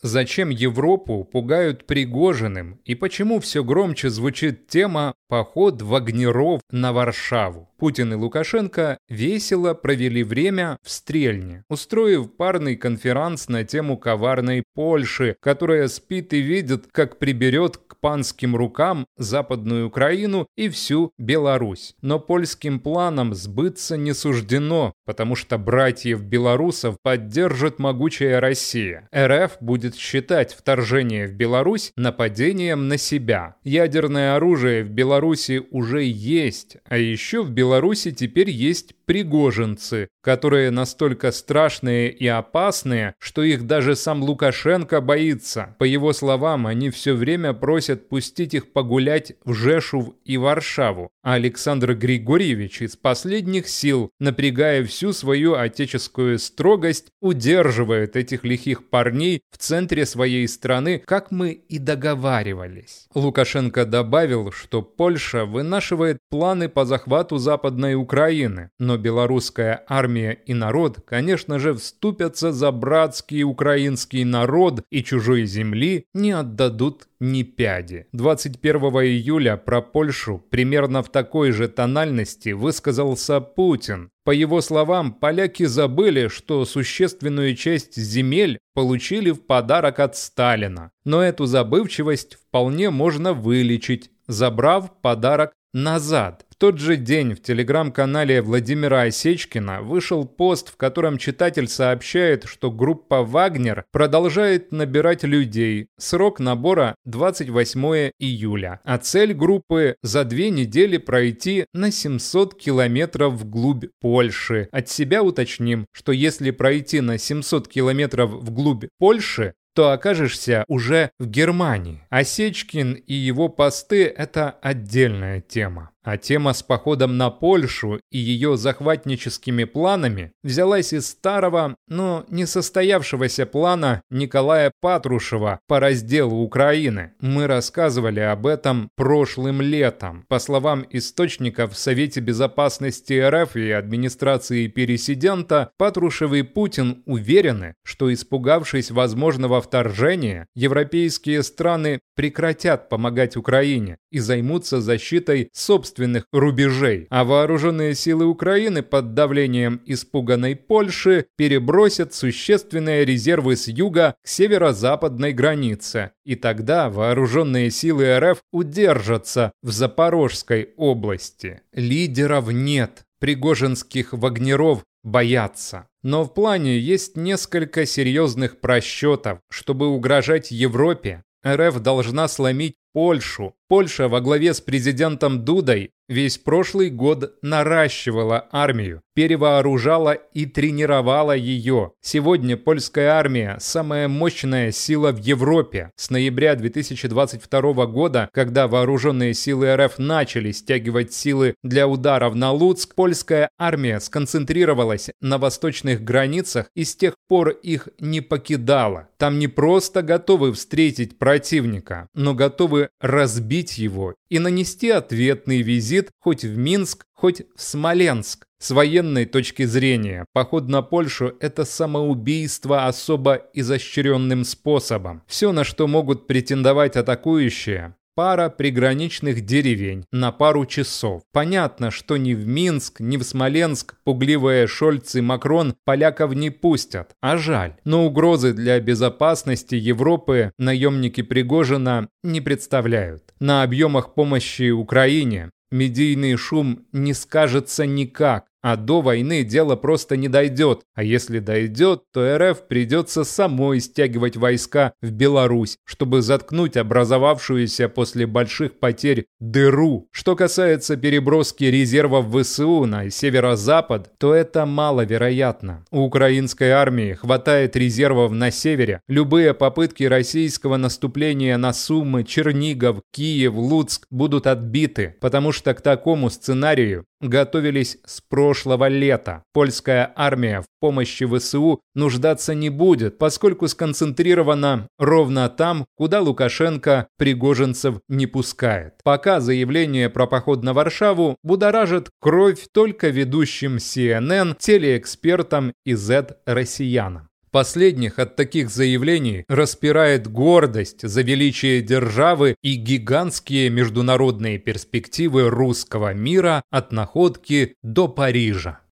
Зачем Европу пугают Пригожиным и почему все громче звучит тема «Поход вагнеров на Варшаву»? Путин и Лукашенко весело провели время в Стрельне, устроив парный конферанс на тему коварной Польши, которая спит и видит, как приберет к панским рукам Западную Украину и всю Беларусь. Но польским планам сбыться не суждено, потому что братьев-белорусов поддержит могучая Россия. РФ будет считать вторжение в Беларусь нападением на себя. Ядерное оружие в Беларуси уже есть, а еще в Беларуси теперь есть пригожинцы, которые настолько страшные и опасные, что их даже сам Лукашенко боится. По его словам, они все время просят пустить их погулять в Жешув и Варшаву. А Александр Григорьевич из последних сил, напрягая всю свою отеческую строгость, удерживает этих лихих парней в центре своей страны, как мы и договаривались. Лукашенко добавил, что Польша вынашивает планы по захвату Западной Украины, но белорусская армия и народ, конечно же, вступятся за братский украинский народ и чужой земли не отдадут ни пяди. 21 июля про Польшу примерно в такой же тональности высказался Путин. По его словам, поляки забыли, что существенную часть земель получили в подарок от Сталина. Но эту забывчивость вполне можно вылечить, забрав подарок назад. В тот же день в телеграм-канале Владимира Осечкина вышел пост, в котором читатель сообщает, что группа «Вагнер» продолжает набирать людей. Срок набора 28 июля. А цель группы за 2 недели пройти на 700 километров вглубь Польши. От себя уточним, что если пройти на 700 километров вглубь Польши, то окажешься уже в Германии. Осечкин и его посты – это отдельная тема. А тема с походом на Польшу и ее захватническими планами взялась из старого, но не состоявшегося плана Николая Патрушева по разделу Украины. Мы рассказывали об этом прошлым летом. По словам источников в Совете Безопасности РФ и администрации президента, Патрушев и Путин уверены, что, испугавшись возможного вторжения, европейские страны прекратят помогать Украине и займутся защитой собственных рубежей, а вооруженные силы Украины под давлением испуганной Польши перебросят существенные резервы с юга к северо-западной границе. И тогда вооруженные силы РФ удержатся в Запорожской области. Лидеров нет, пригожинских вагнеров боятся. Но в плане есть несколько серьезных просчетов. Чтобы угрожать Европе, РФ должна сломить Польшу. Польша во главе с президентом Дудой весь прошлый год наращивала армию, перевооружала и тренировала ее. Сегодня польская армия – самая мощная сила в Европе. С ноября 2022 года, когда вооруженные силы РФ начали стягивать силы для ударов на Луцк, польская армия сконцентрировалась на восточных границах и с тех пор их не покидала. Там не просто готовы встретить противника, но готовы разбить его и нанести ответный визит хоть в Минск, хоть в Смоленск. С военной точки зрения, поход на Польшу – это самоубийство особо изощренным способом. Все, на что могут претендовать атакующие – пара приграничных деревень на пару часов. Понятно, что ни в Минск, ни в Смоленск пугливые Шольц и Макрон поляков не пустят. А жаль. Но угрозы для безопасности Европы наемники Пригожина не представляют. На объемах помощи Украине медийный шум не скажется никак. А до войны дело просто не дойдет. А если дойдет, то РФ придется самой стягивать войска в Беларусь, чтобы заткнуть образовавшуюся после больших потерь дыру. Что касается переброски резервов ВСУ на северо-запад, то это маловероятно. У украинской армии хватает резервов на севере. Любые попытки российского наступления на Сумы, Чернигов, Киев, Луцк будут отбиты, потому что к такому сценарию готовились с прошлого лета. Польская армия в помощи ВСУ нуждаться не будет, поскольку сконцентрирована ровно там, куда Лукашенко пригожинцев не пускает. Пока заявление про поход на Варшаву будоражит кровь только ведущим CNN, телеэкспертам и Z-россиянам. Последних от таких заявлений распирает гордость за величие державы и гигантские международные перспективы русского мира от находки до Парижа.